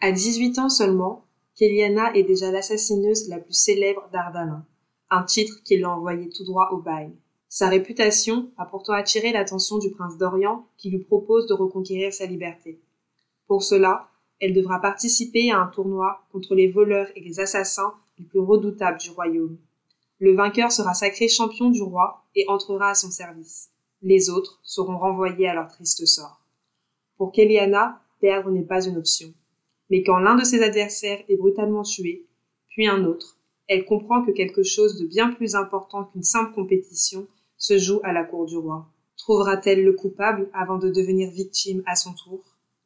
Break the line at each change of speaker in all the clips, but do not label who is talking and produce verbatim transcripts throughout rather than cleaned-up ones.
À dix-huit ans seulement, Kéliana est déjà l'assassineuse la plus célèbre d'Ardalin, un titre qui l'a envoyée tout droit au bagne. Sa réputation a pourtant attiré l'attention du prince d'Orient qui lui propose de reconquérir sa liberté. Pour cela, elle devra participer à un tournoi contre les voleurs et les assassins les plus redoutables du royaume. Le vainqueur sera sacré champion du roi et entrera à son service. Les autres seront renvoyés à leur triste sort. Pour Kéliana, perdre n'est pas une option. Mais quand l'un de ses adversaires est brutalement tué, puis un autre, elle comprend que quelque chose de bien plus important qu'une simple compétition se joue à la cour du roi. Trouvera-t-elle le coupable avant de devenir victime à son tour ?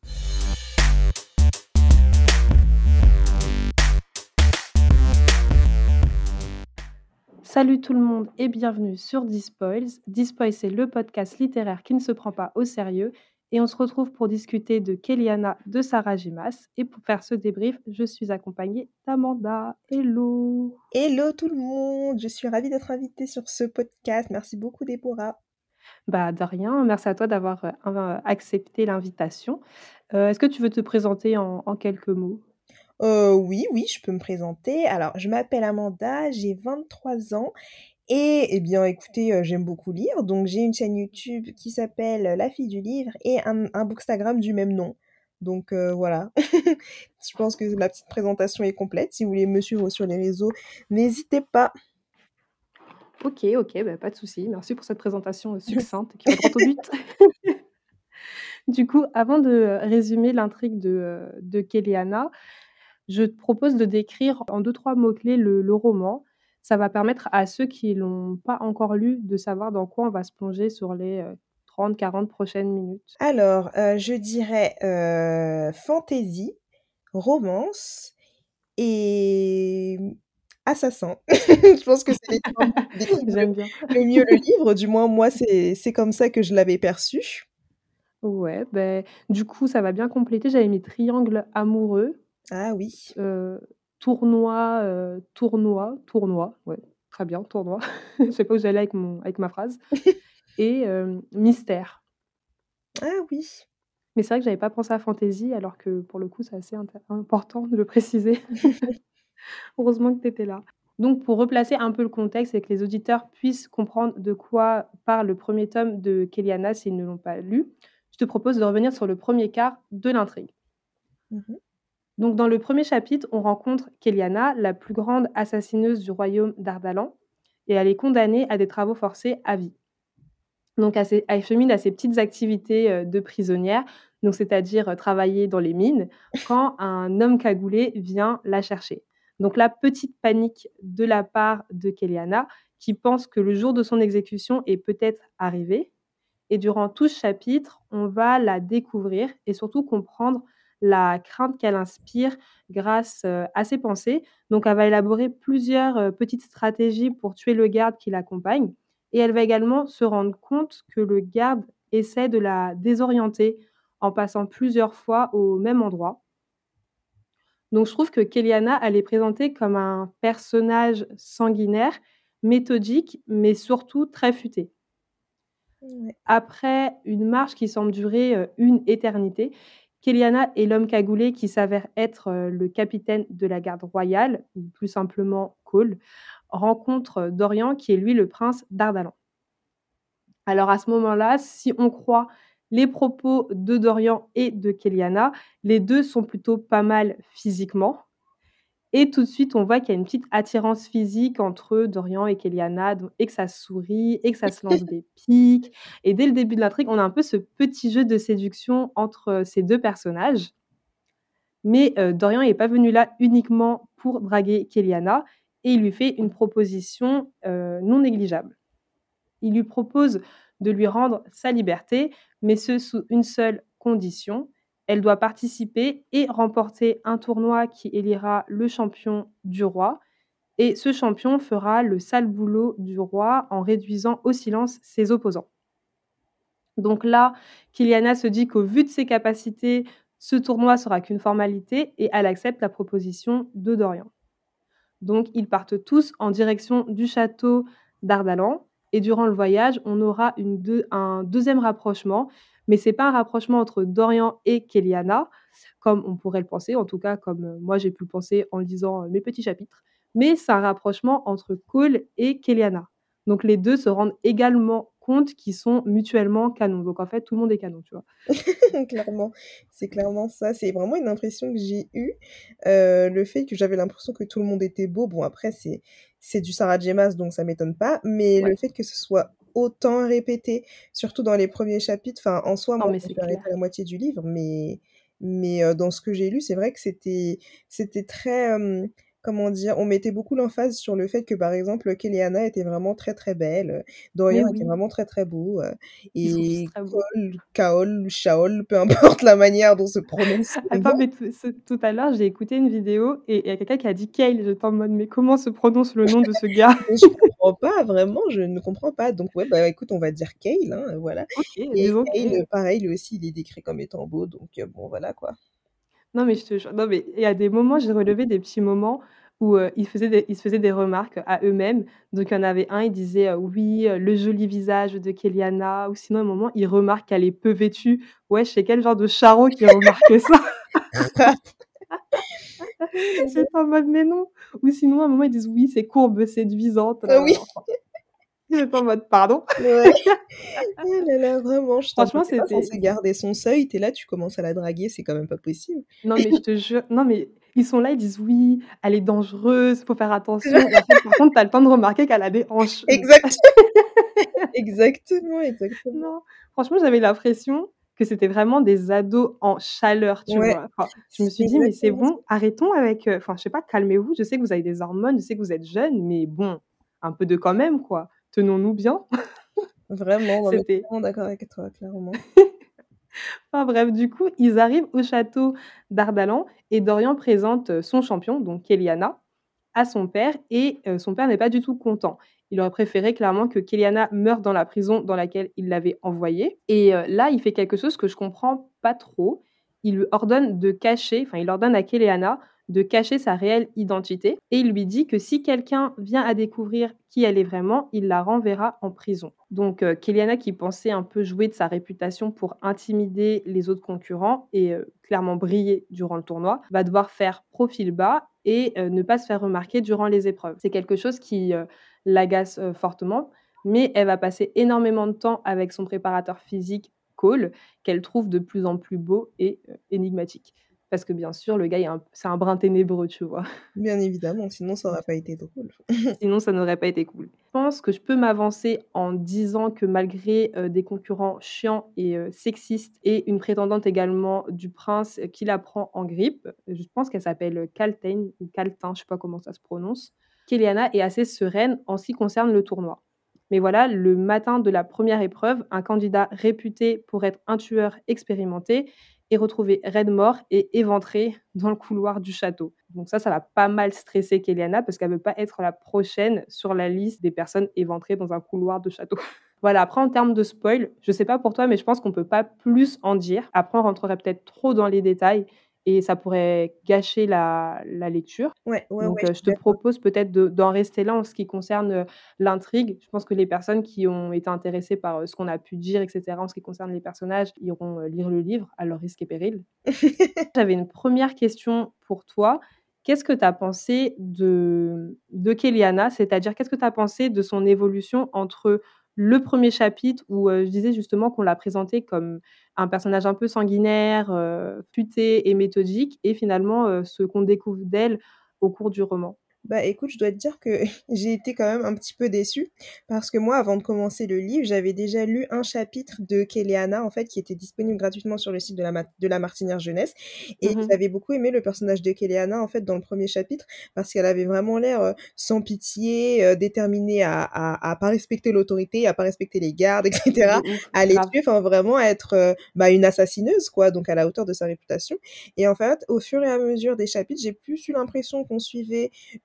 Salut tout le monde et bienvenue sur Dispoils. Dispoils, c'est le podcast littéraire qui ne se prend pas au sérieux et on se retrouve pour discuter de Kéliana de Sarah Gémas. Et pour faire ce débrief, je suis accompagnée d'Amanda. Hello.
Hello tout le monde, je suis ravie d'être invitée sur ce podcast. Merci beaucoup Déborah.
Bah de rien, merci à toi d'avoir euh, accepté l'invitation. Euh, est-ce que tu veux te présenter en, en quelques mots ?
Euh, oui, oui, je peux me présenter. Alors, je m'appelle Amanda, j'ai vingt-trois ans et, eh bien, écoutez, euh, j'aime beaucoup lire. Donc, j'ai une chaîne YouTube qui s'appelle La Fille du Livre et un, un Bookstagram du même nom. Donc, euh, voilà. Je pense que la petite présentation est complète. Si vous voulez me suivre sur les réseaux, n'hésitez pas.
Ok, ok, bah, pas de souci. Merci pour cette présentation succincte qui va droit au but. Du coup, avant de résumer l'intrigue de, de Kéliana, je te propose de décrire en deux, trois mots-clés le, le roman. Ça va permettre à ceux qui ne l'ont pas encore lu de savoir dans quoi on va se plonger sur les trente quarante prochaines minutes.
Alors, euh, je dirais euh, fantasy, romance et assassin. Je pense que c'est les trois mots qui décrivent
J'aime bien.
le mieux le livre. Du moins, moi, c'est c'est comme ça que je l'avais perçu.
Ouais, ben, du coup, ça va bien compléter. J'avais mis triangle amoureux,
Ah oui.
euh, tournoi, euh, tournoi, tournoi, ouais, très bien, tournoi. Je sais pas où j'allais avec, mon, avec ma phrase. Et euh, mystère.
Ah oui.
Mais c'est vrai que j'avais pas pensé à fantasy, alors que pour le coup, c'est assez inté- important de le préciser. Heureusement que tu étais là. Donc, pour replacer un peu le contexte et que les auditeurs puissent comprendre de quoi parle le premier tome de Kéliana s'ils ne l'ont pas lu, je te propose de revenir sur le premier quart de l'intrigue.
Mhm.
Donc, dans le premier chapitre, on rencontre Kéliana, la plus grande assassineuse du royaume d'Ardalan, et elle est condamnée à des travaux forcés à vie. Donc, elle chemine à ses petites activités de prisonnière, donc c'est-à-dire travailler dans les mines, quand un homme cagoulé vient la chercher. Donc, la petite panique de la part de Kéliana, qui pense que le jour de son exécution est peut-être arrivé. Et durant tout ce chapitre, on va la découvrir et surtout comprendre la crainte qu'elle inspire grâce à ses pensées. Donc, elle va élaborer plusieurs petites stratégies pour tuer le garde qui l'accompagne. Et elle va également se rendre compte que le garde essaie de la désorienter en passant plusieurs fois au même endroit. Donc, je trouve que Kéliana, elle est présentée comme un personnage sanguinaire, méthodique, mais surtout très futé.
Ouais.
Après une marche qui semble durer une éternité, Kéliana et l'homme cagoulé qui s'avère être le capitaine de la garde royale, ou plus simplement Cole, rencontrent Dorian qui est lui le prince d'Ardalan. Alors à ce moment-là, si on croit les propos de Dorian et de Kéliana, les deux sont plutôt pas mal physiquement. Et tout de suite, on voit qu'il y a une petite attirance physique entre Dorian et Kéliana, et que ça sourit, et que ça se lance des piques. Et dès le début de l'intrigue, on a un peu ce petit jeu de séduction entre ces deux personnages. Mais euh, Dorian n'est pas venu là uniquement pour draguer Kéliana, et il lui fait une proposition euh, non négligeable. Il lui propose de lui rendre sa liberté, mais ce sous une seule condition. Elle doit participer et remporter un tournoi qui élira le champion du roi. Et ce champion fera le sale boulot du roi en réduisant au silence ses opposants. Donc là, Kéliana se dit qu'au vu de ses capacités, ce tournoi sera qu'une formalité et elle accepte la proposition de Dorian. Donc ils partent tous en direction du château d'Ardalan. Et durant le voyage, on aura une deux, un deuxième rapprochement, mais c'est pas un rapprochement entre Dorian et Kellyanna, comme on pourrait le penser, en tout cas comme, heu, moi j'ai pu le penser en lisant, heu, mes petits chapitres, mais c'est un rapprochement entre Cole et Kellyanna. Donc les deux se rendent également compte qu'ils sont mutuellement canons. Donc en fait, tout le monde est canon, tu vois?
Clairement, c'est clairement ça. C'est vraiment une impression que j'ai eue, heu, le fait que j'avais l'impression que tout le monde était beau. Bon après c'est c'est du Sarah J. Maas donc ça m'étonne pas, mais
Ouais.
le fait que ce soit autant répété, surtout dans les premiers chapitres, enfin en soi
Non,
moi
mais
je me
c'est
suis arrêtée
clair.
à la moitié du livre, mais mais heu, dans ce que j'ai lu, c'est vrai que c'était c'était très, hem, comment dire? On mettait beaucoup l'emphase sur le fait que, par exemple, Kellyanna était vraiment très, très belle, heu,
Mais
Dorian était
oui,
vraiment très, très beau, heu,
ils sont tous
et
très beaux.
Cole, Caol, Shaol, peu importe la manière dont se prononce les
Attends,
noms.
mais tout ce tout à l'heure, j'ai écouté une vidéo et il y a quelqu'un qui a dit Cale. J'étais en mode: «Mais comment se prononce le nom de ce gars?»
Mais je comprends pas, vraiment, je ne comprends pas. Donc ouais, bah, écoute, on va dire Cale, hein, voilà.
OK,
Et
disons
Cale,
Cale.
pareil, lui aussi, il est décrit comme étant beau, donc heu, bon, voilà, quoi.
Non, mais je te jure, non, mais il y a des moments, j'ai relevé des petits moments où, heu, ils faisaient des ils se faisaient des remarques à eux-mêmes. Donc il y en avait un, il disait, heu: «Oui, heu, le joli visage de Kellyanna», ou sinon à un moment, il remarque qu'elle est peu vêtue. Wesh, c'est quel genre de charreau qui remarque ça?
Oh là là.
J'étais en mode: «Mais non!» Ou sinon à un moment, ils disent: «Oui, ses courbes séduisantes,
Ah oui,
nanana», enfin, j'étais en mode: «Pardon?»
ouais. Oh là là, vraiment, je t'en mode,
Franchement,
tu pas
c'était
censé garder son seuil, tu es là, tu commences à la draguer, c'est quand même pas possible.
non, mais je te jure, non, mais ils sont là, ils disent: «Oui, elle est dangereuse, faut faire attention», et en fait, par contre, tu as le temps de remarquer qu'elle a des hanches, donc
Exact, exactement, exactement.
non, franchement, j'avais l'impression que c'était vraiment des ados en chaleur, tu
Ouais,
vois? Enfin, je me
c'est
suis dit: «Mais c'est
exactement ça.
bon, arrêtons avec, heu, enfin, je sais pas, calmez-vous, je sais que vous avez des hormones, je sais que vous êtes jeunes, mais bon, un peu de quand même, quoi. Tenons-nous bien».
Vraiment, non mais
C'était
totalement d'accord avec toi, clairement.
Enfin bref, du coup, ils arrivent au château d'Ardalan et Dorian présente, heu, son champion, donc Kellyanna, à son père et heu, son père n'est pas du tout content. Il aurait préféré clairement que Kellyanna meure dans la prison dans laquelle il l'avait envoyée et heu, là, il fait quelque chose que je comprends pas trop. Il lui ordonne de cacher, enfin, il ordonne à Kellyanna de cacher sa réelle identité et il lui dit que si quelqu'un vient à découvrir qui elle est vraiment, il la renverra en prison. Donc heu, Kellyanna qui pensait un peu jouer de sa réputation pour intimider les autres concurrents et heu, clairement briller durant le tournoi, va devoir faire profil bas et heu, ne pas se faire remarquer durant les épreuves. C'est quelque chose qui, heu, l'agace, heu, fortement, mais elle va passer énormément de temps avec son préparateur physique Cole, qu'elle trouve de plus en plus beau et heu, énigmatique. Parce que bien sûr, le gars est un c'est un brin ténébreux, tu vois?
Bien évidemment, sinon ça aurait pas été drôle.
Sinon, ça n'aurait pas été cool. Je pense que je peux m'avancer en disant que malgré, heu, des concurrents chiants et heu, sexistes et une prétendante également du prince, heu, qui la prend en grippe, je pense qu'elle s'appelle, heu, Kaltain ou Kaltin, je sais pas comment ça se prononce. Kellyanna est assez sereine en ce qui concerne le tournoi. Mais voilà, le matin de la première épreuve, un candidat réputé pour être un tueur expérimenté est retrouvé raide mort et éventré dans le couloir du château. Donc ça, ça va pas mal stresser Kellyanna parce qu'elle veut pas être la prochaine sur la liste des personnes éventrées dans un couloir de château. Voilà, après en termes de spoil, je sais pas pour toi, mais je pense qu'on peut pas plus en dire. Après, on rentrerait peut-être trop dans les détails et ça pourrait gâcher la la lecture.
Ouais, ouais, ouais,
Donc,
je
heu, je
suis
te
d'accord.
propose peut-être de d'en rester là en ce qui concerne, heu, l'intrigue. Je pense que les personnes qui ont été intéressées par, heu, ce qu'on a pu dire et cetera en ce qui concerne les personnages iront, heu, lire le livre à leur risque et péril. J'avais une première question pour toi. Qu'est-ce que tu as pensé de de Kellyanna? C'est-à-dire, qu'est-ce que tu as pensé de son évolution entre le premier chapitre où, heu, je disais justement qu'on l'a présenté comme un personnage un peu sanguinaire, heu, futé et méthodique et finalement, heu, ce qu'on découvre d'elle au cours du roman?
Bah, écoute, je dois te dire que j'ai été quand même un petit peu déçue parce que moi, avant de commencer le livre, j'avais déjà lu un chapitre de Kellyanna, en fait, qui était disponible gratuitement sur le site de la ma de la Martinière Jeunesse et
Mmh mh.
j'avais beaucoup aimé le personnage de Kellyanna, en fait, dans le premier chapitre parce qu'elle avait vraiment l'air, heu, sans pitié, heu, déterminée à à à pas respecter l'autorité, à pas respecter les gardes et
De
cetera,
ouf,
à les
grave.
tuer, enfin vraiment à être, heu, bah, une assassineuse, quoi, donc à la hauteur de sa réputation et en fait, au fur et à mesure des chapitres, j'ai plus eu l'impression qu'on suivait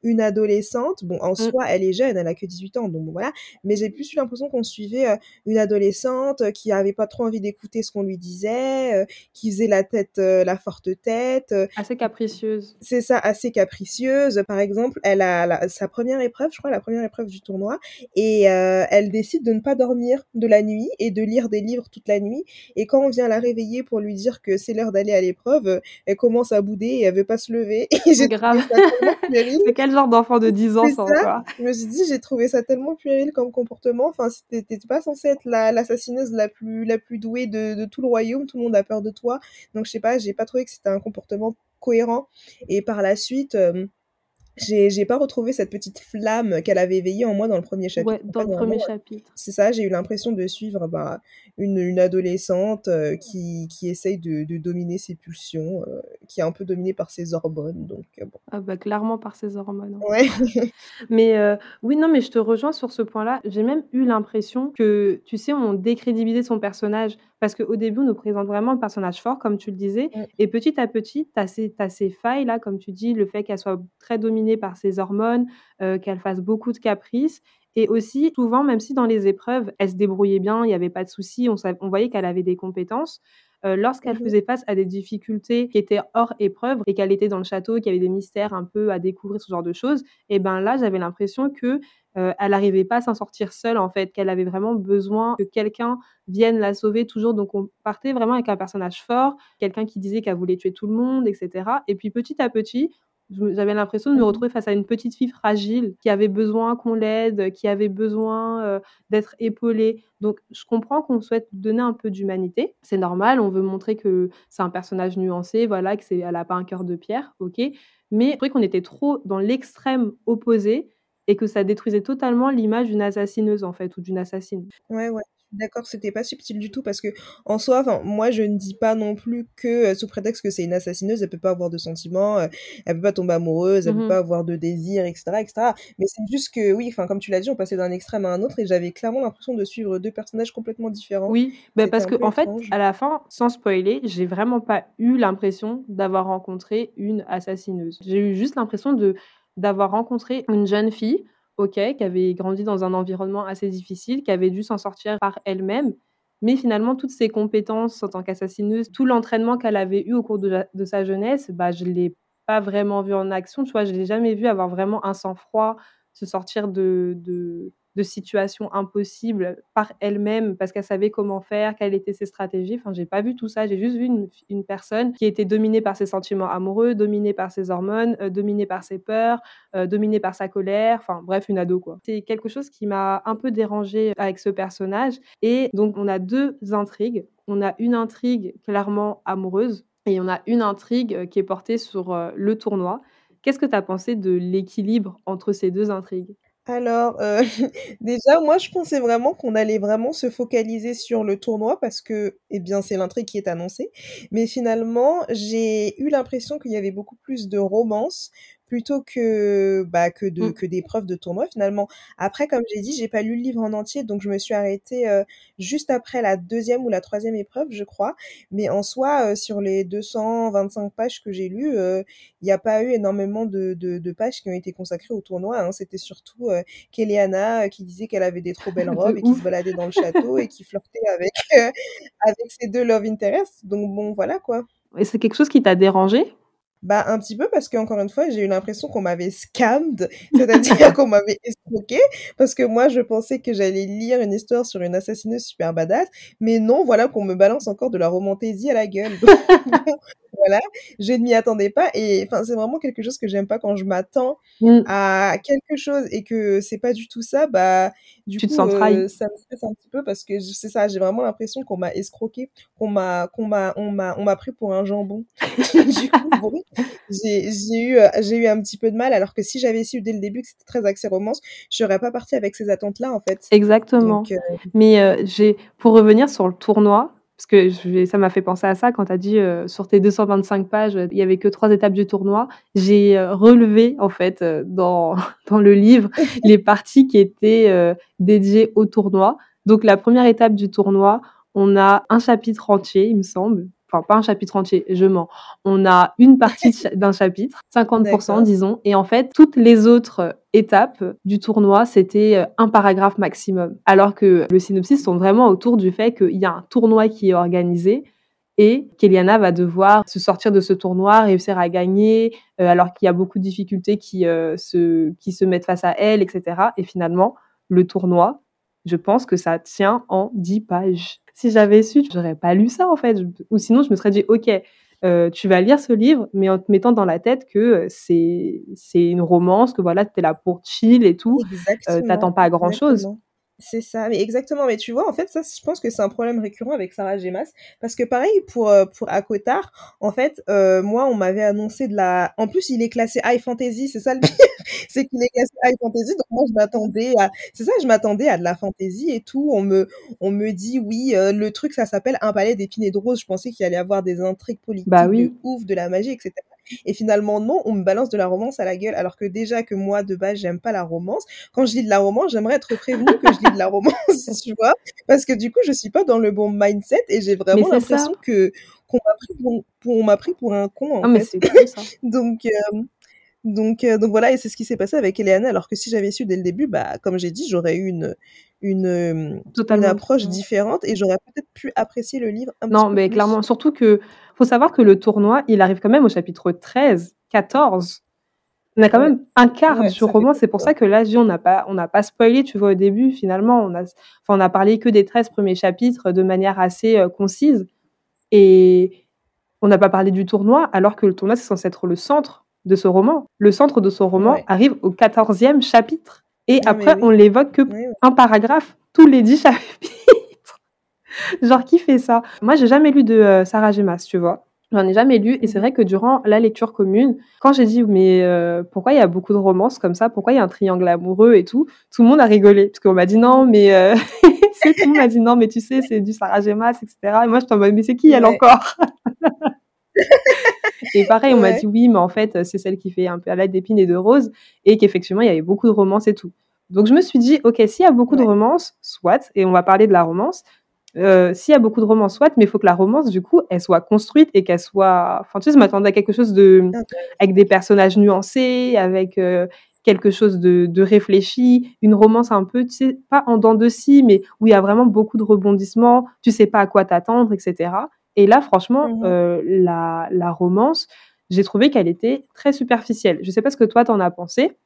une adolescente. Bon, en
Mmh.
soi, elle est jeune, elle a que dix-huit ans, donc bon, voilà. Mais j'ai plus eu l'impression qu'on suivait euh, une adolescente euh, qui avait pas trop envie d'écouter ce qu'on lui disait, euh, qui faisait la tête, euh, la forte tête, euh,
Assez capricieuse.
c'est ça, assez capricieuse. Par exemple, elle a la- sa première épreuve, je crois, la première épreuve du tournoi, et euh, elle décide de ne pas dormir de la nuit et de lire des livres toute la nuit. Et quand on vient la réveiller pour lui dire que c'est l'heure d'aller à l'épreuve, euh, elle commence à bouder et elle veut pas se lever. Et j'ai
Grave.
trouvé ça tellement puéril.
C'est quel genre d'enfant de dix ans
C'est
ça
ça.
encore?
Je me suis dit, j'ai trouvé ça tellement puéril comme comportement. Enfin, c'était- t'étais pas censée être la, l'assassineuse la plus, la plus douée de, de tout le royaume. Tout le monde a peur de toi. Donc, je sais pas, j'ai pas trouvé que c'était un comportement cohérent. Et par la suite, euh, j'ai j'ai pas retrouvé cette petite flamme qu'elle avait éveillée en moi dans le premier
Ouais,
chapitre. En
dans
fait,
le
vraiment,
premier
euh,
chapitre.
c'est ça, j'ai eu l'impression de suivre bah, une, une adolescente euh, qui, qui essaye de, de dominer ses pulsions, euh, qui est un peu dominée par ses hormones. Donc, euh, bon.
Ah bah, clairement par ses hormones, hein.
Ouais.
Mais heu, oui, non, mais je te rejoins sur ce point-là. J'ai même eu l'impression que, tu sais, on décrédibilisait son personnage parce qu'au début, on nous présente vraiment le personnage fort, comme tu le disais
Mm.
et petit à petit, tu as ces tu as ces failles-là, comme tu dis, le fait qu'elle soit très dominée par ses hormones, heu, qu'elle fasse beaucoup de caprices et aussi souvent, même si dans les épreuves, elle se débrouillait bien, il y avait pas de souci, on sav on voyait qu'elle avait des compétences, heu, lorsqu'elle
Mhm.
faisait face à des difficultés qui étaient hors épreuve et qu'elle était dans le château, qu'il y avait des mystères un peu à découvrir, ce genre de choses, et ben là, j'avais l'impression que, heu, elle arrivait pas à s'en sortir seule, en fait, qu'elle avait vraiment besoin que quelqu'un vienne la sauver toujours. Donc on partait vraiment avec un personnage fort, quelqu'un qui disait qu'elle voulait tuer tout le monde et cetera et puis petit à petit, je me j'avais l'impression de me
Mhm.
retrouver face à une petite fille fragile qui avait besoin qu'on l'aide, qui avait besoin, heu, d'être épaulée. Donc je comprends qu'on souhaite donner un peu d'humanité, c'est normal, on veut montrer que c'est un personnage nuancé, voilà, que c'est elle a pas un cœur de pierre, OK. Mais je trouvais qu'on était trop dans l'extrême opposé et que ça détruisait totalement l'image d'une assassineuse, en fait, ou d'une assassine.
Ouais, ouais. Je suis d'accord, c'était pas subtil du tout parce que en soi, enfin, moi je ne dis pas non plus que euh, sous prétexte que c'est une assassineuse, elle peut pas avoir de sentiments, euh, elle peut pas tomber amoureuse, elle peut pas
Mmh.
avoir de désir, et cetera, et cetera. Mais c'est juste que oui, enfin comme tu l'as dit, on passait d'un extrême à un autre et j'avais clairement l'impression de suivre deux personnages complètement différents.
Oui, bah,
C'était
parce
un peu
qu'en fait,
étrange.
à la fin, sans spoiler, j'ai vraiment pas eu l'impression d'avoir rencontré une assassineuse. J'ai eu juste l'impression de d'avoir rencontré une jeune fille, OK, qui avait grandi dans un environnement assez difficile, qui avait dû s'en sortir par elle-même, mais finalement toutes ses compétences en tant qu'assassineuse, tout l'entraînement qu'elle avait eu au cours de la de sa jeunesse, bah, je l'ai pas vraiment vu en action, tu vois? Je l'ai jamais vu avoir vraiment un sang-froid, se sortir de de de situations impossibles par elle-même parce qu'elle savait comment faire, quelles étaient ses stratégies. Enfin, j'ai pas vu tout ça. J'ai juste vu une f une personne qui était dominée par ses sentiments amoureux, dominée par ses hormones, heu, dominée par ses peurs, heu, dominée par sa colère, enfin bref, une ado, quoi. C'est quelque chose qui m'a un peu dérangée avec ce personnage et donc on a deux intrigues. On a une intrigue clairement amoureuse et on a une intrigue, heu, qui est portée sur, heu, le tournoi. Qu'est-ce que tu as pensé de l'équilibre entre ces deux intrigues?
Alors, heu, déjà, moi, je pensais vraiment qu'on allait vraiment se focaliser sur le tournoi parce que, eh bien, c'est l'intrigue qui est annoncée. Mais finalement, j'ai eu l'impression qu'il y avait beaucoup plus de romance plutôt que, bah, que de
Mmh.
que d'épreuves de tournoi, finalement. Après, comme j'ai dit, j'ai pas lu le livre en entier, donc je me suis arrêtée, heu, juste après la deuxième ou la troisième épreuve, je crois. Mais en soi, heu, sur les deux cent vingt-cinq pages que j'ai lues, heu, il y a pas eu énormément de de de pages qui ont été consacrées au tournoi, hein. C'était surtout, heu, Kéléana, heu, qui disait qu'elle avait des trop belles robes
De
et qui se
ouf.
baladait dans le château et qui flirtait avec, heu, avec ses deux love interests. Donc bon, voilà quoi.
Et c'est quelque chose qui t'a dérangé?
Bah, un petit peu parce qu'encore une fois, j'ai eu l'impression qu'on m'avait scammed, c'est-à-dire qu'on m'avait escroquée, parce que moi, je pensais que j'allais lire une histoire sur une assassineuse super badass, mais non, voilà qu'on me balance encore de la romantaisie à la gueule. Donc bon, voilà, je ne m'y attendais pas et enfin, c'est vraiment quelque chose que j'aime pas quand je m'attends
Mmh.
à quelque chose et que c'est pas du tout ça, bah, du
Tu te
coup,
sens trahi?
heu, ça me stresse un petit peu parce que j c'est ça, j'ai vraiment l'impression qu'on m'a escroquée, qu'on m'a qu'on m'a on m'a on m'a pris pour un jambon. Du coup, bon, j'ai j'ai eu, heu, j'ai eu un petit peu de mal alors que si j'avais su dès le début que c'était très axé romance, je serais pas partie avec ces attentes-là, en fait. Donc
Exactement.
heu,
Mais, heu, j'ai pour revenir sur le tournoi, parce que je vais ça m'a fait penser à ça quand tu as dit, heu, sur tes deux cent vingt-cinq pages, heu, il y avait que trois étapes du tournoi. J'ai, heu, relevé en fait, heu, dans dans le livre, les parties qui étaient, heu, dédiées au tournoi. Donc la première étape du tournoi, on a un chapitre entier, il me semble, enfin pas un chapitre entier, je mens. On a une partie cha- d'un chapitre, cinquante pour cent
D'accord.
disons, et en fait toutes les autres étapes du tournoi, c'était un paragraphe maximum. Alors que le synopsis sont vraiment autour du fait qu'il y a un tournoi qui est organisé et qu'Eliana va devoir se sortir de ce tournoi, réussir à gagner, euh, alors qu'il y a beaucoup de difficultés qui, euh, se, qui se mettent face à elle, et cetera. Et finalement, le tournoi, je pense que ça tient en dix pages. Si j'avais su, j'aurais pas lu ça en fait. Ou sinon, je me serais dit, ok, euh, tu vas lire ce livre, mais en te mettant dans la tête que c'est, c'est une romance, que voilà, t'es là pour chill et tout, euh, t'attends
Exactement,
pas à grand chose.
exactement. C'est ça, mais exactement. Mais tu vois, en fait, ça, je pense que c'est un problème récurrent avec Sarah Gemas. Parce que pareil, pour, euh, pour Akotar, en fait, euh, moi, on m'avait annoncé de la... En plus, il est classé High Fantasy, c'est ça le pire. C'est qu'il est classé High Fantasy, donc moi, je m'attendais à... C'est ça, je m'attendais à de la fantasy et tout. On me, on me dit, oui, euh, le truc, ça s'appelle Un palais d'épines et de roses. Je pensais qu'il allait y avoir des intrigues
Bah
politiques de
oui,
ouf, de la magie, et cetera. Et finalement, non, on me balance de la romance à la gueule, alors que déjà que moi, de base, j'aime pas la romance. Quand je lis de la romance, j'aimerais être prévenue que je lis de la romance, tu vois, parce que du coup, je suis pas dans le bon mindset et j'ai
mais
vraiment
c'est ça.
l'impression que qu'on m'a pris pour, pour- on m'a pris pour un con en
Non, mais
fait.
c'est trop ça.
Donc euh, donc euh, donc voilà, et c'est ce qui s'est passé avec Eleana, alors que si j'avais su dès le début, bah comme j'ai dit, j'aurais eu une une euh, une
Totalement
approche
différent.
différente et j'aurais peut-être pu apprécier le livre un petit
Non,
peu
mais
plus.
clairement, surtout que faut savoir que le tournoi, il arrive quand même au chapitre treize, quatorze. On a quand
Ouais,
même un quart
ouais,
du
ça fait
roman. C'est pour
peur.
ça que là, je dis, on n'a pas, on n'a pas spoilé, tu vois, au début. Finalement, on a, enfin, on a parlé que des treize premiers chapitres de manière assez euh, concise. Et on n'a pas parlé du tournoi, alors que le tournoi, c'est censé être le centre de ce roman. Le centre de ce roman
Ouais.
arrive au quatorzième chapitre. Et
Ah mais
après, on
oui.
l'évoque que
Ouais, ouais.
un paragraphe tous les dix chapitres. Genre, qui fait ça? Moi, j'ai jamais lu de euh, Sarah Gemas, tu vois. J'en ai jamais lu. Et c'est
Mhm.
vrai que durant la lecture commune, quand j'ai dit, mais euh, pourquoi il y a beaucoup de romances comme ça? Pourquoi il y a un triangle amoureux et tout? Tout le monde a rigolé. Parce qu'on m'a dit, non, mais euh, c'est tout le monde m'a dit, non, mais tu sais, c'est du Sarah Gemas, et cetera. Et moi, je en mode, mais c'est qui elle
Ouais,
encore? Et pareil, on m'a dit,
ouais,
oui, mais en fait, c'est celle qui fait un peu à l'aide d'épines et de roses. Et qu'effectivement, il y avait beaucoup de romances et tout. Donc, je me suis dit, ok, s'il y a beaucoup de
ouais.
romances, soit, et on va parler de la romance, euh, s'il y a beaucoup de romance, soit, mais il faut que la romance, du coup, elle soit construite et qu'elle soit... Enfin, tu sais, je m'attendais à quelque chose de... avec des personnages nuancés, avec euh, quelque chose de, de réfléchi, une romance un peu, tu sais, pas en dents de scie, mais où il y a vraiment beaucoup de rebondissements, tu sais pas à quoi t'attendre, et cetera. Et là, franchement,
Mhm.
euh, la, la romance, j'ai trouvé qu'elle était très superficielle. Je sais pas ce que toi, t'en as pensé,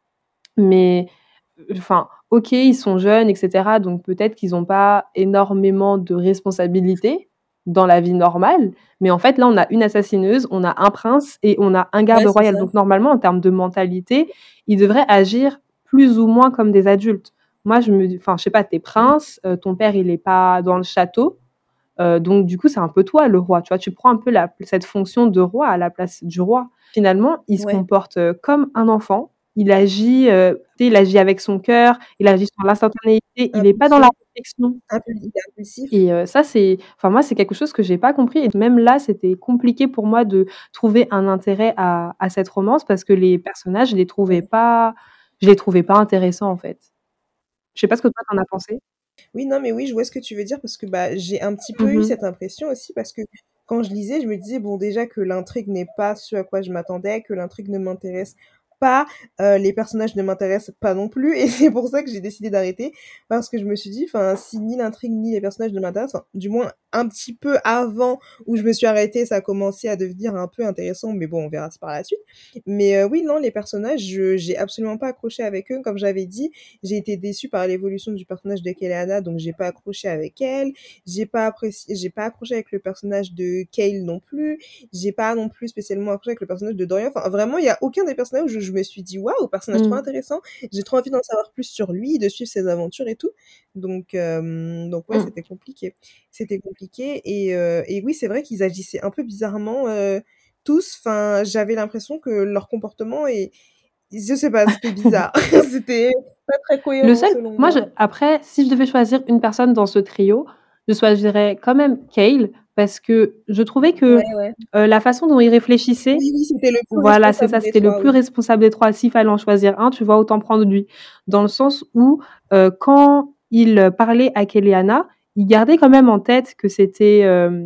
mais enfin, ok, ils sont jeunes, et cetera. Donc peut-être qu'ils n'ont pas énormément de responsabilités dans la vie normale. Mais en fait, là, on a une assassineuse, on a un prince et on a un
Ouais,
garde
c'est
royal.
ça.
Donc normalement, en termes de mentalité, ils devraient agir plus ou moins comme des adultes. Moi, je me, enfin, je sais pas, t'es prince, euh, ton père, il est pas dans le château. Euh, donc du coup, c'est un peu toi le roi. Tu vois, tu prends un peu la, cette fonction de roi à la place du roi. Finalement, il se
Ouais.
comporte euh, comme un enfant. Il agit, euh, tu sais, il agit avec son cœur. Il agit sur l'instantanéité. Il n'est pas dans la
Impulsion,
réflexion.
un peu il est impulsif.
Et euh, ça, c'est, enfin moi, c'est quelque chose que j'ai pas compris. Et même là, c'était compliqué pour moi de trouver un intérêt à, à cette romance parce que les personnages, je les trouvais
Ouais.
pas, je les trouvais pas intéressants en fait. Je sais pas ce que toi t'en as pensé.
Oui, non, mais oui, je vois ce que tu veux dire parce que bah, j'ai un petit peu eu
Mhm.
cette impression aussi parce que quand je lisais, je me disais, bon, déjà que l'intrigue n'est pas ce à quoi je m'attendais, que l'intrigue ne m'intéresse pas, euh, les personnages ne m'intéressent pas non plus, et c'est pour ça que j'ai décidé d'arrêter parce que je me suis dit, enfin, si ni l'intrigue ni les personnages ne m'intéressent, enfin, du moins un petit peu avant où je me suis arrêtée, ça a commencé à devenir un peu intéressant, mais bon, on verra ça par la suite. Mais euh, oui, non, les personnages, je, j'ai absolument pas accroché avec eux, comme j'avais dit. J'ai été déçue par l'évolution du personnage de Keleana, donc j'ai pas accroché avec elle. J'ai pas apprécié, j'ai pas accroché avec le personnage de Kale non plus. J'ai pas non plus spécialement accroché avec le personnage de Dorian. Enfin, vraiment, il y a aucun des personnages où je, je me suis dit, waouh, personnage trop
Mhm.
intéressant. J'ai trop envie d'en savoir plus sur lui, de suivre ses aventures et tout. Donc, euh, donc ouais,
Mhm.
c'était compliqué. C'était compliqué. Et, euh, et oui, c'est vrai qu'ils agissaient un peu bizarrement, euh, tous. Enfin, j'avais l'impression que leur comportement est, je sais pas, c'était bizarre. C'était pas très
Le
cohérent
seul,
selon
moi, je,
moi.
après, si je devais choisir une personne dans ce trio, je choisirais quand même Cale parce que je trouvais
Ouais,
que
ouais.
euh, la façon dont il réfléchissait,
Oui, oui, c'était le plus
voilà, c'est
responsable
ça,
des
c'était le
trois,
plus
oui.
responsable des trois. S'il fallait en choisir un, tu vois, autant prendre lui. Dans le sens où, euh, quand il parlait à Keleana, il gardait quand même en tête que c'était euh, que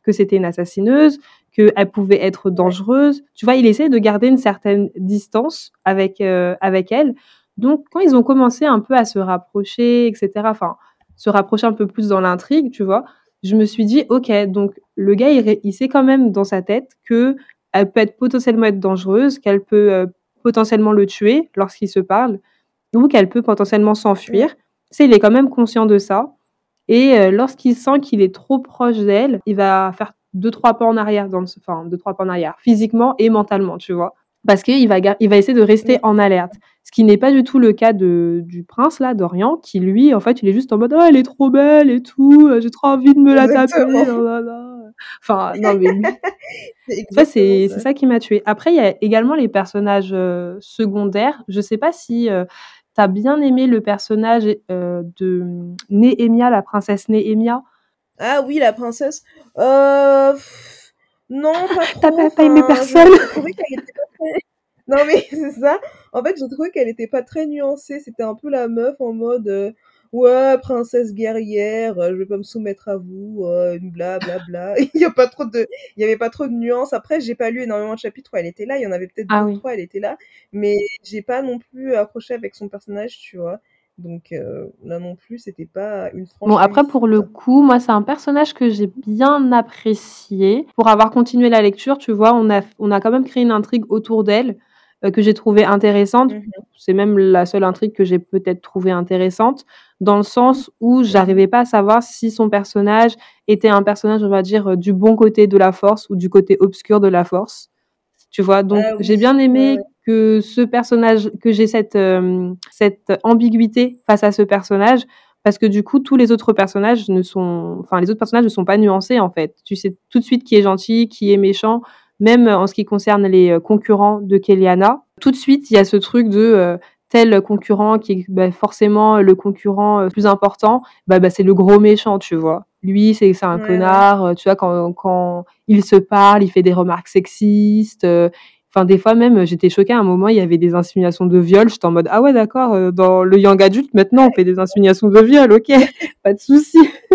que c'était une assassineuse, qu'elle pouvait être
Ouais.
dangereuse. Tu vois, il essaie de garder une certaine distance avec, euh, avec elle. Donc, quand ils ont commencé un peu à se rapprocher, et cetera, enfin, se rapprocher un peu plus dans l'intrigue, tu vois, je me suis dit, ok, donc le gars, il, ré- il sait quand même dans sa tête que elle peut être potentiellement être dangereuse, qu'elle peut euh, potentiellement le tuer lorsqu'ils se parlent, ou qu'elle peut potentiellement
Ouais.
s'enfuir. Tu sais, il est quand même conscient de ça. Et euh, lorsqu'il sent qu'il est trop proche d'elle, il va faire deux, trois pas en arrière, dans le, enfin, deux, trois pas en arrière, physiquement et mentalement, tu vois. Parce qu'il va, gar- il va essayer de rester
Ouais.
en alerte. Ce qui n'est pas du tout le cas de, du prince, là, d'Orient, qui lui, en fait, il est juste en mode, oh, elle est trop belle et tout, euh, j'ai trop envie de me la taper,
Exactement.
oh là là. Enfin, non, mais lui,
C'est
ça,
exactement
c'est c'est
ça.
ça qui m'a tuée. Après, il y a également les personnages euh, secondaires. Je sais pas si euh, tu as bien aimé le personnage euh, de hum, Néhémia, la princesse Néhémia.
Ah oui, la princesse. Euh... pff, Non, pas
T'as
trop.
pas, pas aimé
Enfin, je,
personne?
je trouvais qu'elle était pas très... Non mais c'est ça. En fait, j'ai trouvé qu'elle était pas très nuancée. C'était un peu la meuf en mode euh, ouais, princesse guerrière, euh, je vais pas me soumettre à vous, euh, bla bla bla. Il y a pas trop de, il y avait pas trop de nuances. Après, j'ai pas lu énormément de chapitres où elle était là. Il y en avait peut-être
Ah
deux ou
oui.
trois, elle était là, mais j'ai pas non plus accroché avec son personnage, tu vois. Donc euh, là non plus, c'était pas une
Bon,
franche
après, pour
réussite.
le coup, moi, c'est un personnage que j'ai bien apprécié. Pour avoir continué la lecture, tu vois, on a, on a quand même créé une intrigue autour d'elle euh, que j'ai trouvée intéressante.
Mhm,
C'est même la seule intrigue que j'ai peut-être trouvée intéressante, dans le sens où
mhm.
j'arrivais pas à savoir si son personnage était un personnage, on va dire, euh, du bon côté de la force ou du côté obscur de la force. Tu vois, donc
Ah
j'ai
oui,
bien
ouais, ouais.
aimé que ce personnage, que j'ai cette, euh, cette ambiguïté face à ce personnage, parce que du coup, tous les autres personnages ne sont, enfin, les autres personnages ne sont pas nuancés, en fait. Tu sais tout de suite qui est gentil, qui est méchant, même en ce qui concerne les euh, concurrents de Kellyanna. Tout de suite, il y a ce truc de euh, tel concurrent qui est bah, forcément le concurrent euh, plus important, bah, bah, c'est le gros méchant, tu vois. Lui, c'est c'est un
Ouais, ouais.
connard, euh, tu vois, quand, quand il se parle, il fait des remarques sexistes, euh, enfin, des fois même, j'étais choquée à un moment, il y avait des insinuations de viol. J'étais en mode, ah ouais, d'accord, euh, dans le young adulte, maintenant, on fait des insinuations de viol, ok, pas de souci.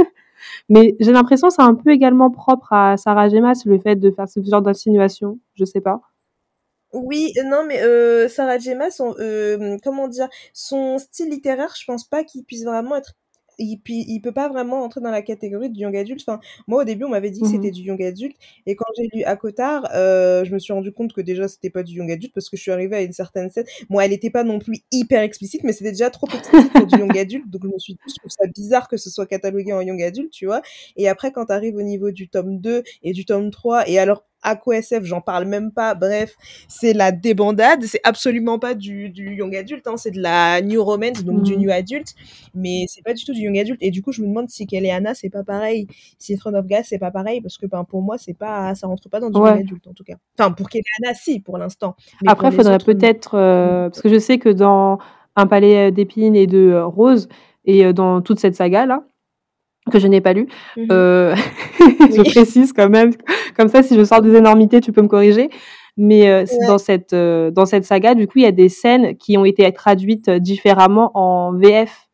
Mais j'ai l'impression que c'est un peu également propre à Sarah Gemas, le fait de faire ce genre d'insinuations. Je sais pas.
Oui, euh, non, mais euh, Sarah Jemma, son, euh, comment dire, son style littéraire, je pense pas qu'il puisse vraiment être, il, pi- il peut pas vraiment entrer dans la catégorie du young adulte. Enfin, moi, au début, on m'avait dit que c'était
Mhm.
du young adulte, et quand j'ai lu Akotar, euh, je me suis rendu compte que déjà, c'était pas du young adulte, parce que je suis arrivée à une certaine scène. Bon, elle était pas non plus hyper explicite, mais c'était déjà trop explicite pour du young adulte, donc je me suis dit, je trouve ça bizarre que ce soit catalogué en young adulte, tu vois. Et après, quand t'arrives au niveau du tome deux et du tome trois, et alors, Aqua S F, j'en parle même pas, bref, c'est la débandade, c'est absolument pas du, du young adulte, hein, c'est de la new romance, donc du
Mhm.
new adulte, mais c'est pas du tout du young adulte, et du coup je me demande si Kelleana c'est pas pareil, si Throne of Glass c'est pas pareil, parce que ben, pour moi c'est pas, ça rentre pas dans du young
Ouais.
adulte en tout cas. Enfin pour Kelleana si pour l'instant, mais pour
Après, il
les
faudrait
autres non.
peut-être, euh, parce que je sais que dans Un palais d'épines et de euh, roses, et euh, dans toute cette saga-là, que je n'ai pas lu,
Mhm.
euh, je
Oui.
précise quand même, comme ça, si je sors des énormités, tu peux me corriger. Mais euh,
Ouais.
dans cette euh, dans cette saga, du coup, il y a des scènes qui ont été traduites différemment en V F.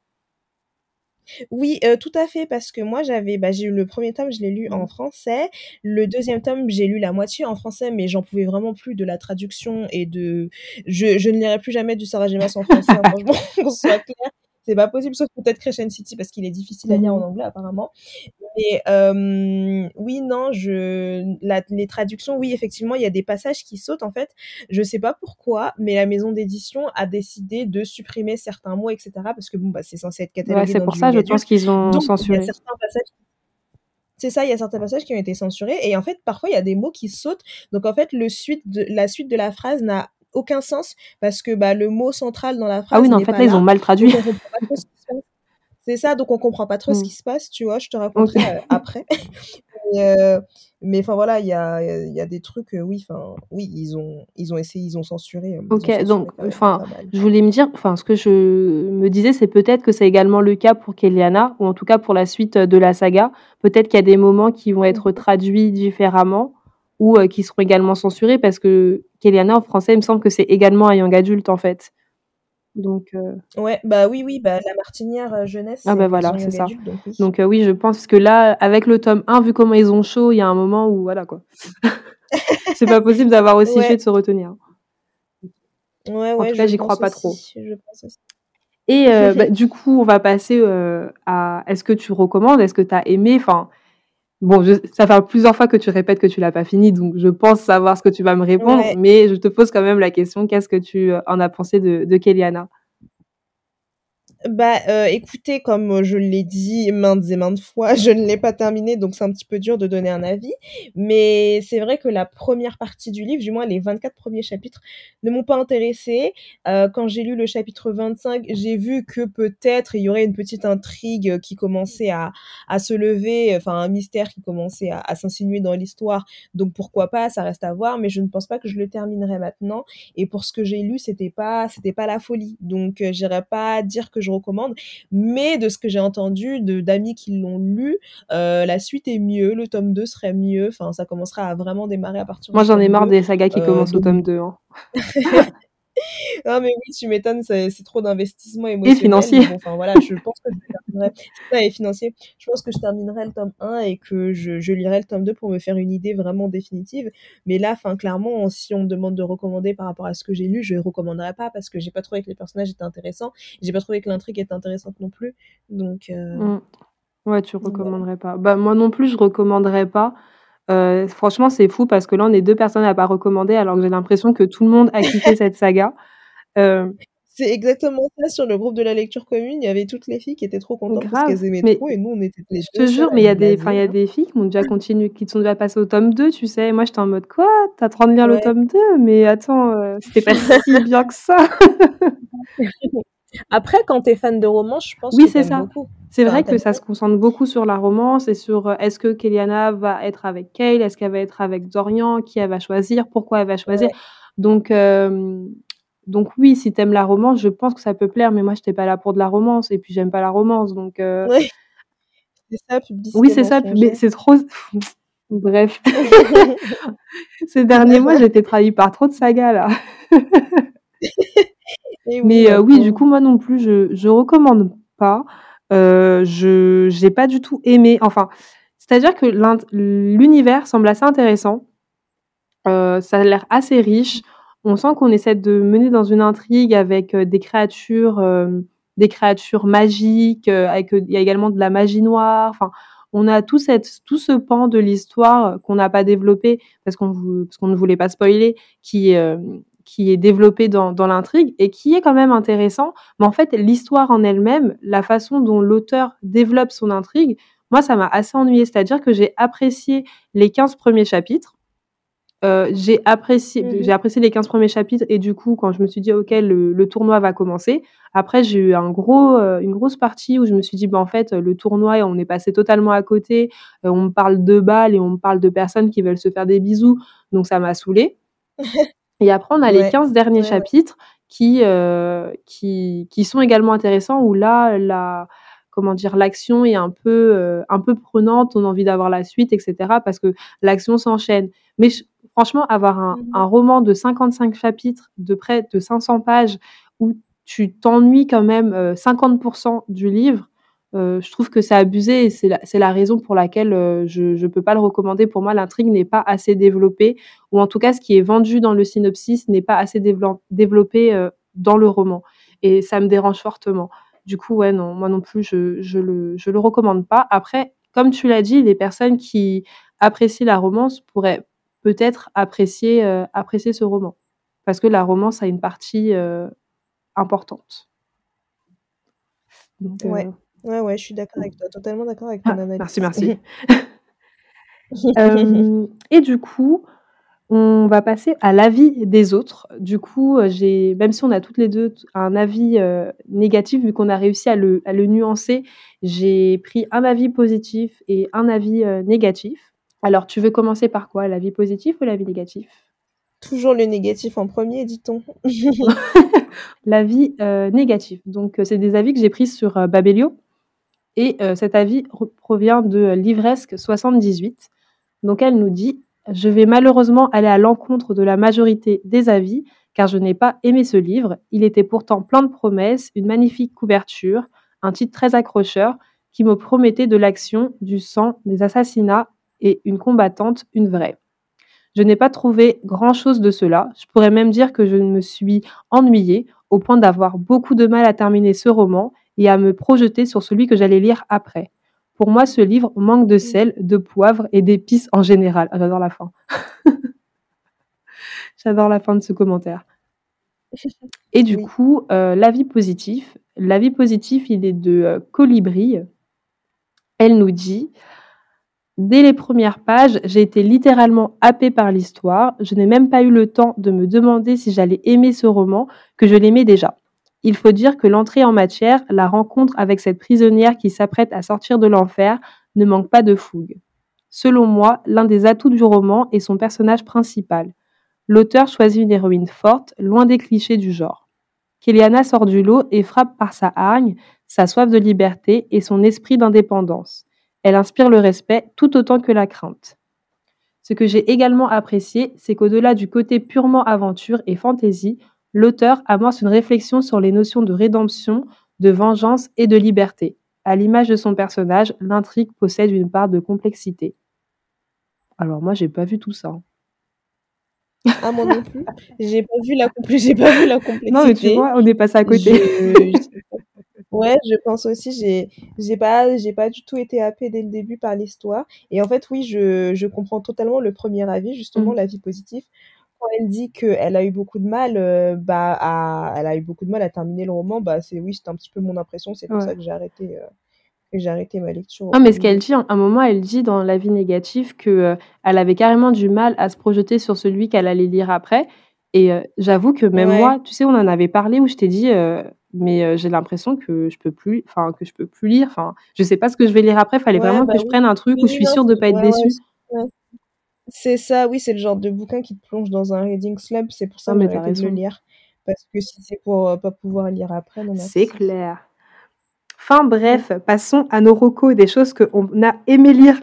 Oui, euh, tout à fait, parce que moi j'avais, bah, j'ai eu le premier tome, je l'ai lu en
Mhm.
français. Le deuxième tome, j'ai lu la moitié en français, mais j'en pouvais vraiment plus de la traduction et de. Je, je ne lirai plus jamais du Sarah Gemas en français, hein, franchement, qu'on soit clair. C'est pas possible, sauf peut-être Crescent City, parce qu'il est difficile à lire en
Mhm.
anglais, apparemment. Mais euh, oui, non, je la, les traductions, oui, effectivement, il y a des passages qui sautent en fait. Je sais pas pourquoi, mais la maison d'édition a décidé de supprimer certains mots, et cetera. Parce que bon, bah, c'est censé être
Ouais,
catalogué
c'est
dans
pour
du
ça,
young
je pense
adulte.
qu'ils ont
Donc, il y a
censuré.
certains passages. C'est ça, il y a certains passages qui ont été censurés. Et en fait, parfois, il y a des mots qui sautent. Donc, en fait, le suite de, la suite de la phrase n'a aucun sens parce que bah, le mot central dans la
Ah oui,
phrase
non, en
n'est
fait,
pas
là, ils ont
là.
mal
Donc,
traduit.
on comprend pas trop ce qui se passe. C'est ça, donc on comprend pas trop ce qui
Mhm.
se passe, tu vois. Je te
Ok.
raconterai euh, après. Mais, euh, mais enfin voilà, il y a, il y a des trucs, euh, oui, enfin, oui, ils ont, ils ont essayé, ils ont censuré, euh, ils ont
Ok, donc,
censuré quand même
enfin,
pas mal.
je voulais me dire, enfin, ce que je me disais, c'est peut-être que c'est également le cas pour Kellyanna, ou en tout cas pour la suite de la saga. Peut-être qu'il y a des moments qui vont être
Mhm.
traduits différemment, ou euh, qui seront également censurés, parce que Kellyanna, en français, il me semble que c'est également un young adulte, en fait. Donc, heu
Ouais, bah, oui, oui, bah, La Martinière, heu, jeunesse,
ah
c'est
bah,
version
voilà, c'est
young
ça.
adulte, donc oui.
Donc, heu, oui, je pense que là, avec le tome un, vu comment ils ont chaud, il y a un moment où voilà, quoi. C'est pas possible d'avoir aussi chaud
Ouais,
et de se retenir.
ouais,
En
ouais,
tout cas,
je
j'y crois
pense
pas trop.
aussi, je pense aussi.
Et heu, bah, du coup, on va passer, heu, à est-ce que tu recommandes? Est-ce que tu as aimé? Enfin, bon, je ça fait plusieurs fois que tu répètes que tu l'as pas fini, donc je pense savoir ce que tu vas me répondre,
Ouais.
mais je te pose quand même la question, qu'est-ce que tu, heu, en as pensé de de Kéliana?
Bah, heu, écoutez, comme, heu, je l'ai dit maintes et maintes fois, je ne l'ai pas terminé, donc c'est un petit peu dur de donner un avis. Mais c'est vrai que la première partie du livre, du moins les vingt-quatre premiers chapitres, ne m'ont pas intéressée. Heu, quand j'ai lu le chapitre vingt-cinq, j'ai vu que peut-être il y aurait une petite intrigue, qui commençait à à se lever, enfin un mystère qui commençait à à s'insinuer dans l'histoire. Donc pourquoi pas, ça reste à voir, mais je ne pense pas que je le terminerai maintenant. Et pour ce que j'ai lu, c'était pas c'était pas la folie. Donc heu, j'irais pas dire que je recommande, mais de ce que j'ai entendu de d'amis qui l'ont lu, heu, la suite est mieux, le tome deux serait mieux, enfin ça commencera à vraiment démarrer à partir
Moi,
du
j'en ai
tome
marre
deux,
des sagas qui
heu,
commencent au
donc
tome deux, hein.
non mais oui, tu m'étonnes, c'est c'est trop d'investissement
Et
émotionnel, mais
financier.
bon, enfin voilà, je pense que je terminerai c'est ça et financier. Je pense que je terminerai le tome un et que je je lirai le tome deux pour me faire une idée vraiment définitive. Mais là, enfin clairement, si on me demande de recommander par rapport à ce que j'ai lu, je recommanderais pas parce que j'ai pas trouvé que les personnages étaient intéressants, j'ai pas trouvé que l'intrigue était intéressante non plus. Donc heu,
Mmh. Ouais, tu
donc voilà.
recommanderais pas. Bah, moi non plus, je recommanderais pas. Heu, franchement, c'est fou parce que là, on est deux personnes à pas recommander alors que j'ai l'impression que tout le monde a kiffé cette saga. Hem,
C'est exactement ça sur le groupe de la lecture commune, il y avait toutes les filles qui étaient trop contentes parce
grave,
qu'elles aimaient
mais
trop et nous on était les
je te
deux seules
jure,
à
mais il y a des enfin, il y
blaser,
a
hein.
des filles qui m'ont déjà continué qui sont déjà passées au tome deux, tu sais? Et moi, j'étais en mode: «Quoi? Tu es en train de lire le
Ouais.
tome deux? Mais attends, heu, c'était pas si bien que ça!»
Après, quand tu es fan de romance, je pense
Oui,
que
c'est
tu aimes
ça.
beaucoup.
C'est
Enfin,
vrai
tu
que
aimes
ça
bien.
se concentre beaucoup sur la romance et sur, heu, est-ce que Kéliana va être avec Cale? Est-ce qu'elle va être avec Dorian? Qui elle va choisir? Pourquoi elle va choisir?
Ouais,
Donc hem, donc oui, si tu aimes la romance, je pense que ça peut plaire, mais moi, j'étais pas là pour de la romance et puis j'aime pas la romance, donc heu,
ouais, c'est ça,
oui,
publicité
c'est ça, pu mais
mensongère.
c'est trop bref. Ces derniers mois, j'ai été trahie par trop de sagas, là.
Et oui,
Mais heu,
ma
oui, du
pauvre.
coup, moi non plus, je je recommande pas. Heu, je j'ai pas du tout aimé enfin, c'est-à-dire que l'int l'univers semble assez intéressant, heu, ça a l'air assez riche. On sent qu'on essaie de mener dans une intrigue avec, heu, des créatures, hem, des créatures magiques, heu, avec, heu, il y a également de la magie noire. Enfin, on a tout cette tout ce pan de l'histoire, heu, qu'on n'a pas développé parce qu'on vou parce qu'on ne voulait pas spoiler, qui, hem, qui est développé dans dans l'intrigue et qui est quand même intéressant. Mais en fait, l'histoire en elle-même, la façon dont l'auteur développe son intrigue, moi, ça m'a assez ennuyée. C'est-à-dire que j'ai apprécié les quinze premiers chapitres. Heu, j'ai apprécié
Mmh
j'ai
mh.
apprécié les quinze premiers chapitres et du coup, quand je me suis dit: «OK, le le tournoi va commencer», après j'ai eu un gros, heu, une grosse partie où je me suis dit: «Bah, en fait, le tournoi, on est passé totalement à côté, heu, on me parle de balles et on me parle de personnes qui veulent se faire des bisous», donc ça m'a saoulée et après on a les
Ouais.
quinze derniers
Ouais, ouais.
chapitres qui, heu, qui qui sont également intéressants où là, la comment dire? L'action est un peu, heu, un peu prenante, on a envie d'avoir la suite et cetera parce que l'action s'enchaîne. Mais ch franchement, avoir un
Mmh mh.
un roman de cinquante-cinq chapitres, de près de cinq cents pages, où tu t'ennuies quand même, heu, cinquante du livre, heu, je trouve que c'est abusé et c'est la c'est la raison pour laquelle, heu, je je peux pas le recommander. Pour moi, l'intrigue n'est pas assez développée ou en tout cas, ce qui est vendu dans le synopsis n'est pas assez dévelan développé, heu, dans le roman et ça me dérange fortement. Du coup, ouais, non, moi non plus, je je le je le recommande pas. Après, comme tu l'as dit, les personnes qui apprécient la romance pourraient peut-être apprécier, heu, apprécier ce roman. Parce que la romance a une partie, heu, importante. Donc
Ouais.
heu,
Ouais, ouais, je suis d'accord avec toi, totalement d'accord avec ton
ah, merci,
analyse.
merci. Hem et du coup, on va passer à l'avis des autres. Du coup, heu, j'ai même si on a toutes les deux t un avis, heu, négatif, vu qu'on a réussi à le à le nuancer, j'ai pris un avis positif et un avis, heu, négatif. Alors, tu veux commencer par quoi? L'avis positif ou l'avis négatif?
Toujours le négatif en premier, dit-on.
L'avis, heu, négatif. Donc, heu, c'est des avis que j'ai pris sur, heu, Babelio et heu, cet avis re provient de, heu, Livresque soixante-dix-huit. Donc elle nous dit: «Je vais malheureusement aller à l'encontre de la majorité des avis, car je n'ai pas aimé ce livre. Il était pourtant plein de promesses, une magnifique couverture, un titre très accrocheur qui me promettait de l'action, du sang, des assassinats et une combattante, une vraie. Je n'ai pas trouvé grand-chose de cela. Je pourrais même dire que je me suis ennuyée au point d'avoir beaucoup de mal à terminer ce roman et à me projeter sur celui que j'allais lire après. Pour moi, ce livre manque de sel, de poivre et d'épices en général. Ah, j'adore la fin. J'adore la fin de ce commentaire. Et du
Oui.
coup, euh, l'avis positif. L'avis positif, il est de euh, Colibri. Elle nous dit: dès les premières pages, j'ai été littéralement happée par l'histoire. Je n'ai même pas eu le temps de me demander si j'allais aimer ce roman, que je l'aimais déjà. Il faut dire que l'entrée en matière, la rencontre avec cette prisonnière qui s'apprête à sortir de l'enfer, ne manque pas de fougue. Selon moi, l'un des atouts du roman est son personnage principal. L'auteur choisit une héroïne forte, loin des clichés du genre. Kéliana sort du lot et frappe par sa hargne, sa soif de liberté et son esprit d'indépendance. Elle inspire le respect tout autant que la crainte. Ce que j'ai également apprécié, c'est qu'au-delà du côté purement aventure et fantaisie, l'auteur amorce une réflexion sur les notions de rédemption, de vengeance et de liberté. À l'image de son personnage, l'intrigue possède une part de complexité. Alors moi, j'ai pas vu tout ça.
Ah, moi non plus. J'ai pas vu la, compl- j'ai pas vu la complexité.
Non, mais tu vois, on est passé à côté.
Je- je- Ouais, je pense aussi, j'ai, j'ai pas, j'ai pas du tout été happée dès le début par l'histoire. Et en fait, oui, je, je comprends totalement le premier avis, justement,
Mm.
l'avis positif. Quand elle dit qu'elle a eu beaucoup de mal, euh, bah, à, elle a eu beaucoup de mal à terminer le roman, bah, c'est, oui, c'était un petit peu mon impression. C'est pour
Ouais.
ça que j'ai arrêté, euh, que j'ai arrêté ma lecture au
Non, mais ce
premier
qu'elle
livre.
dit, à un moment, elle dit dans l'avis négatif que euh, elle avait carrément du mal à se projeter sur celui qu'elle allait lire après. Et euh, j'avoue que même
Ouais,
moi, tu sais, on en avait parlé où je t'ai dit, euh, mais euh, j'ai l'impression que je peux plus, enfin que je peux plus lire. Enfin, je sais pas ce que je vais lire après. Fallait
ouais,
vraiment
bah
que je
oui.
prenne un truc
Oui,
où je
oui,
suis
non,
sûre de
c'est,
pas être
ouais, ouais,
déçue.
c'est ouais. C'est ça, oui, c'est le genre de bouquin qui te plonge dans un reading slump. C'est pour ça
Non,
que j'ai
mais t'as
arrêté de le
raison.
lire. Parce que si c'est pour euh, pas pouvoir lire après, non
C'est
merci.
clair. Enfin
Mm.
bref, passons à nos recos, des choses qu'on a aimé lire.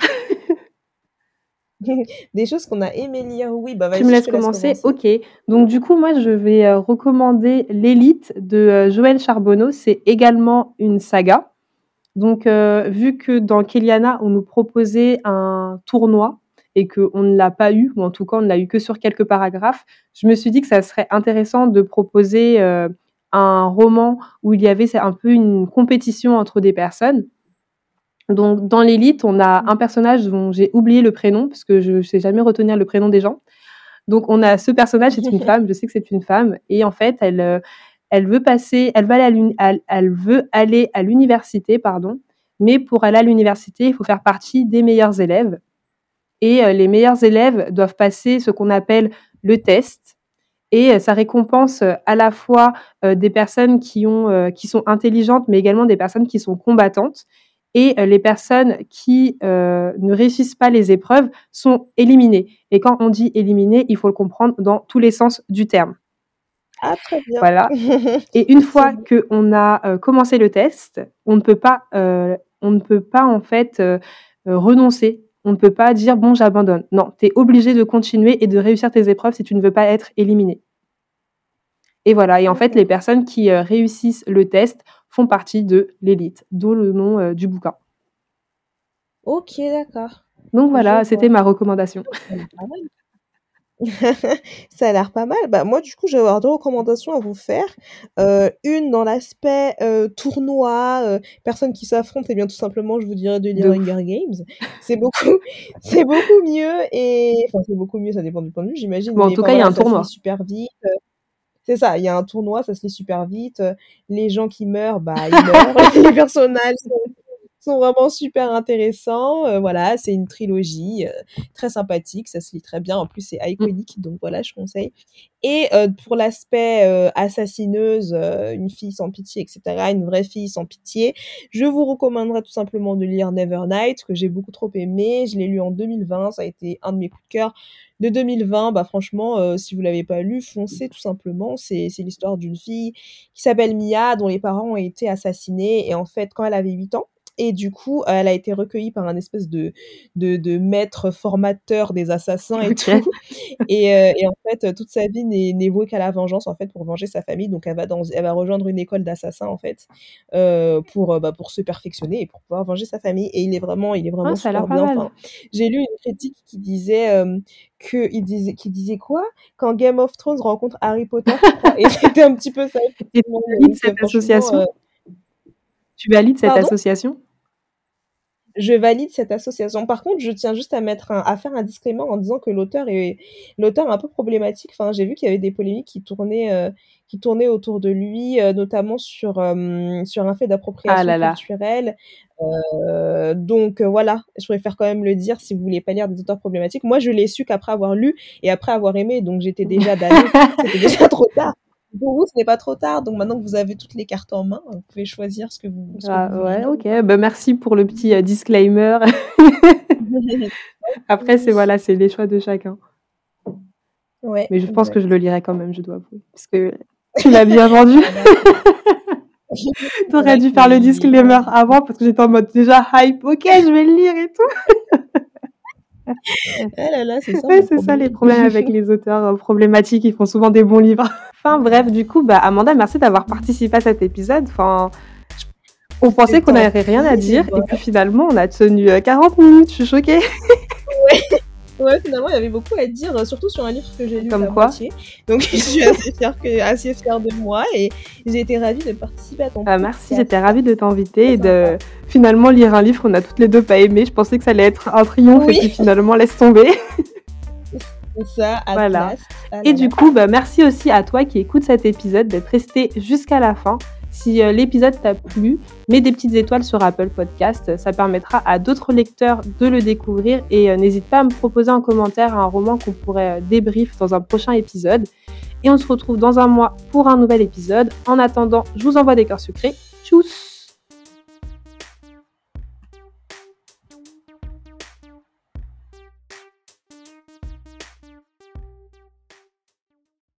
Des choses qu'on a aimé lire, oui, bah
Tu me
vas-y, je
laisses
te laisse
commencer?
commencer.
Ok. Donc du coup, moi, je vais euh, recommander L'Élite de euh, Joël Charbonneau. C'est également une saga. Donc, euh, vu que dans Kéliana, on nous proposait un tournoi et qu'on ne l'a pas eu, ou en tout cas, on ne l'a eu que sur quelques paragraphes, je me suis dit que ça serait intéressant de proposer euh, un roman où il y avait c'est un peu une compétition entre des personnes. Donc, dans l'élite, on a un personnage dont j'ai oublié le prénom, parce que je ne sais jamais retenir le prénom des gens. Donc, on a ce personnage, c'est une femme, je sais que c'est une femme, et en fait, elle, euh, elle veut passer, elle, va aller à l'uni- elle, elle veut aller à l'université, pardon, mais pour aller à l'université, il faut faire partie des meilleurs élèves. Et euh, les meilleurs élèves doivent passer ce qu'on appelle le test. Et euh, ça récompense euh, à la fois euh, des personnes qui, ont, euh, qui sont intelligentes, mais également des personnes qui sont combattantes. Et euh, les personnes qui euh, ne réussissent pas les épreuves sont éliminées. Et quand on dit éliminées, il faut le comprendre dans tous les sens du terme.
Ah, très bien.
Voilà. Et une
C'est
fois
bon.
qu'on a euh, commencé le test, on ne peut pas, euh, on ne peut pas en fait euh, euh, renoncer. On ne peut pas dire bon, j'abandonne. Non, tu es obligé de continuer et de réussir tes épreuves si tu ne veux pas être éliminé. Et voilà. Et en fait, les
D'accord.
personnes qui euh, réussissent le test font partie de l'élite, d'où le nom euh, du bouquin.
Ok, d'accord.
Donc
Je
voilà, c'était
vois.
ma recommandation.
Ça a l'air pas mal. Ça a l'air pas mal. Bah, moi, du coup, je vais avoir deux recommandations à vous faire. Euh, une dans l'aspect euh, tournoi, euh, personnes qui s'affrontent, et bien tout simplement, je vous dirais de lire
De ouf.
Hunger Games. C'est beaucoup, c'est beaucoup mieux et, enfin, c'est beaucoup mieux, ça dépend du point de vue, j'imagine,
Bon, en
mais
tout
enfin
cas, il y a
voilà,
un
ça se lit
tournoi.
super vite. C'est ça, il y a un tournoi, ça se lit super vite. euh, Les gens qui meurent, bah, ils meurent. Les personnages sont sont vraiment super intéressants. Euh, voilà, c'est une trilogie euh, très sympathique, ça se lit très bien. En plus, c'est
Mm.
iconique, donc voilà, je conseille. Et euh, pour l'aspect euh, assassineuse, euh, une fille sans pitié, et cetera, une vraie fille sans pitié, je vous recommanderais tout simplement de lire Nevernight, que j'ai beaucoup trop aimé. Je l'ai lu en deux mille vingt, ça a été un de mes coups de cœur de deux mille vingt. Bah franchement, euh, si vous l'avez pas lu, foncez tout simplement. C'est c'est l'histoire d'une fille qui s'appelle Mia, dont les parents ont été assassinés. Et en fait, quand elle avait huit ans, et du coup, elle a été recueillie par un espèce de de de maître formateur des assassins et
OK.
tout et heu et en fait, toute sa vie n'est n'est vouée qu'à la vengeance, en fait, pour venger sa famille. Donc elle va dans elle va rejoindre une école d'assassins, en fait, heu, pour, heu, bah, pour se perfectionner et pour pouvoir venger sa famille et il est vraiment il est
Ah,
vraiment
ça a l'air
super
pas
bien.
mal.
Enfin, j'ai lu une critique qui disait, hem, que il disait qui disait quoi? Quand Game of Thrones rencontre Harry Potter, je crois et c'était un petit peu ça,
Et tu
effectivement,
valides
donc heu,
cette
franchement, heu
association? Tu valides cette
pardon?
association?
Je valide cette association. Par contre, je tiens juste à mettre un à faire un disclaimer en disant que l'auteur est l'auteur est un peu problématique. Enfin, j'ai vu qu'il y avait des polémiques qui tournaient, heu, qui tournaient autour de lui, heu, notamment sur, hem, sur un fait
Ah
d'appropriation
là là.
culturelle. Heu, donc heu, voilà, je préfère quand même le dire si vous voulez pas lire des auteurs problématiques. Moi, je l'ai su qu'après avoir lu et après avoir aimé, donc j'étais déjà damnée. C'était déjà trop tard. Pour vous, ce n'est pas trop tard, donc maintenant que vous avez toutes les cartes en main, vous pouvez choisir ce que vous ce que
Ah
vous voulez
ouais,
lire ou
OK.
pas.
Bah, merci pour le petit, heu, disclaimer. Après, c'est
Oui.
voilà, c'est les choix de chacun.
Ouais,
Mais je pense que je
exact.
le lirai quand même, je dois avouer, parce que tu l'as bien vendu.
Ah bah, c'est
Tu
c'est
aurais
vrai
dû
qu'il
faire
est
le
il est hyper
disclaimer
intéressant.
avant parce que j'étais en mode déjà hype: «OK, je vais le lire et tout».
Ah là là, c'est ça
Ouais,
mon
c'est ça les
problème.
problèmes avec les auteurs, heu, problématiques, ils font souvent des bons livres. Enfin bref, du coup, bah, Amanda, merci d'avoir participé à cet épisode. Enfin, j on pensait
Je
qu'on
t'en
n'aurait rien à
prie et
dire et
bah
puis finalement, on a tenu, heu, quarante minutes, je suis choquée.
ouais, ouais, finalement, il y avait beaucoup à dire, heu, surtout sur un livre que j'ai lu
Comme
qu'à
quoi.
moitié. Donc je suis assez fière que assez fière de moi et j'ai été ravie de participer à ton
Ah merci,
podcast.
j'étais ravie de t'inviter
Très
et
sympa.
de finalement lire un livre qu'on a toutes les deux pas aimé. Je pensais que ça allait être un triomphe et
Oui,
puis finalement laisse tomber.
c'est ça, at
Voilà.
last. Ah
Et
là
du
là.
coup, bah, merci aussi à toi qui écoutes cet épisode d'être resté jusqu'à la fin. Si euh, l'épisode t'a plu, mets des petites étoiles sur Apple Podcast. Ça permettra à d'autres lecteurs de le découvrir et euh, n'hésite pas à me proposer en commentaire un roman qu'on pourrait euh, débrief dans un prochain épisode. Et on se retrouve dans un mois pour un nouvel épisode. En attendant, je vous envoie des cœurs sucrés. Tchuss!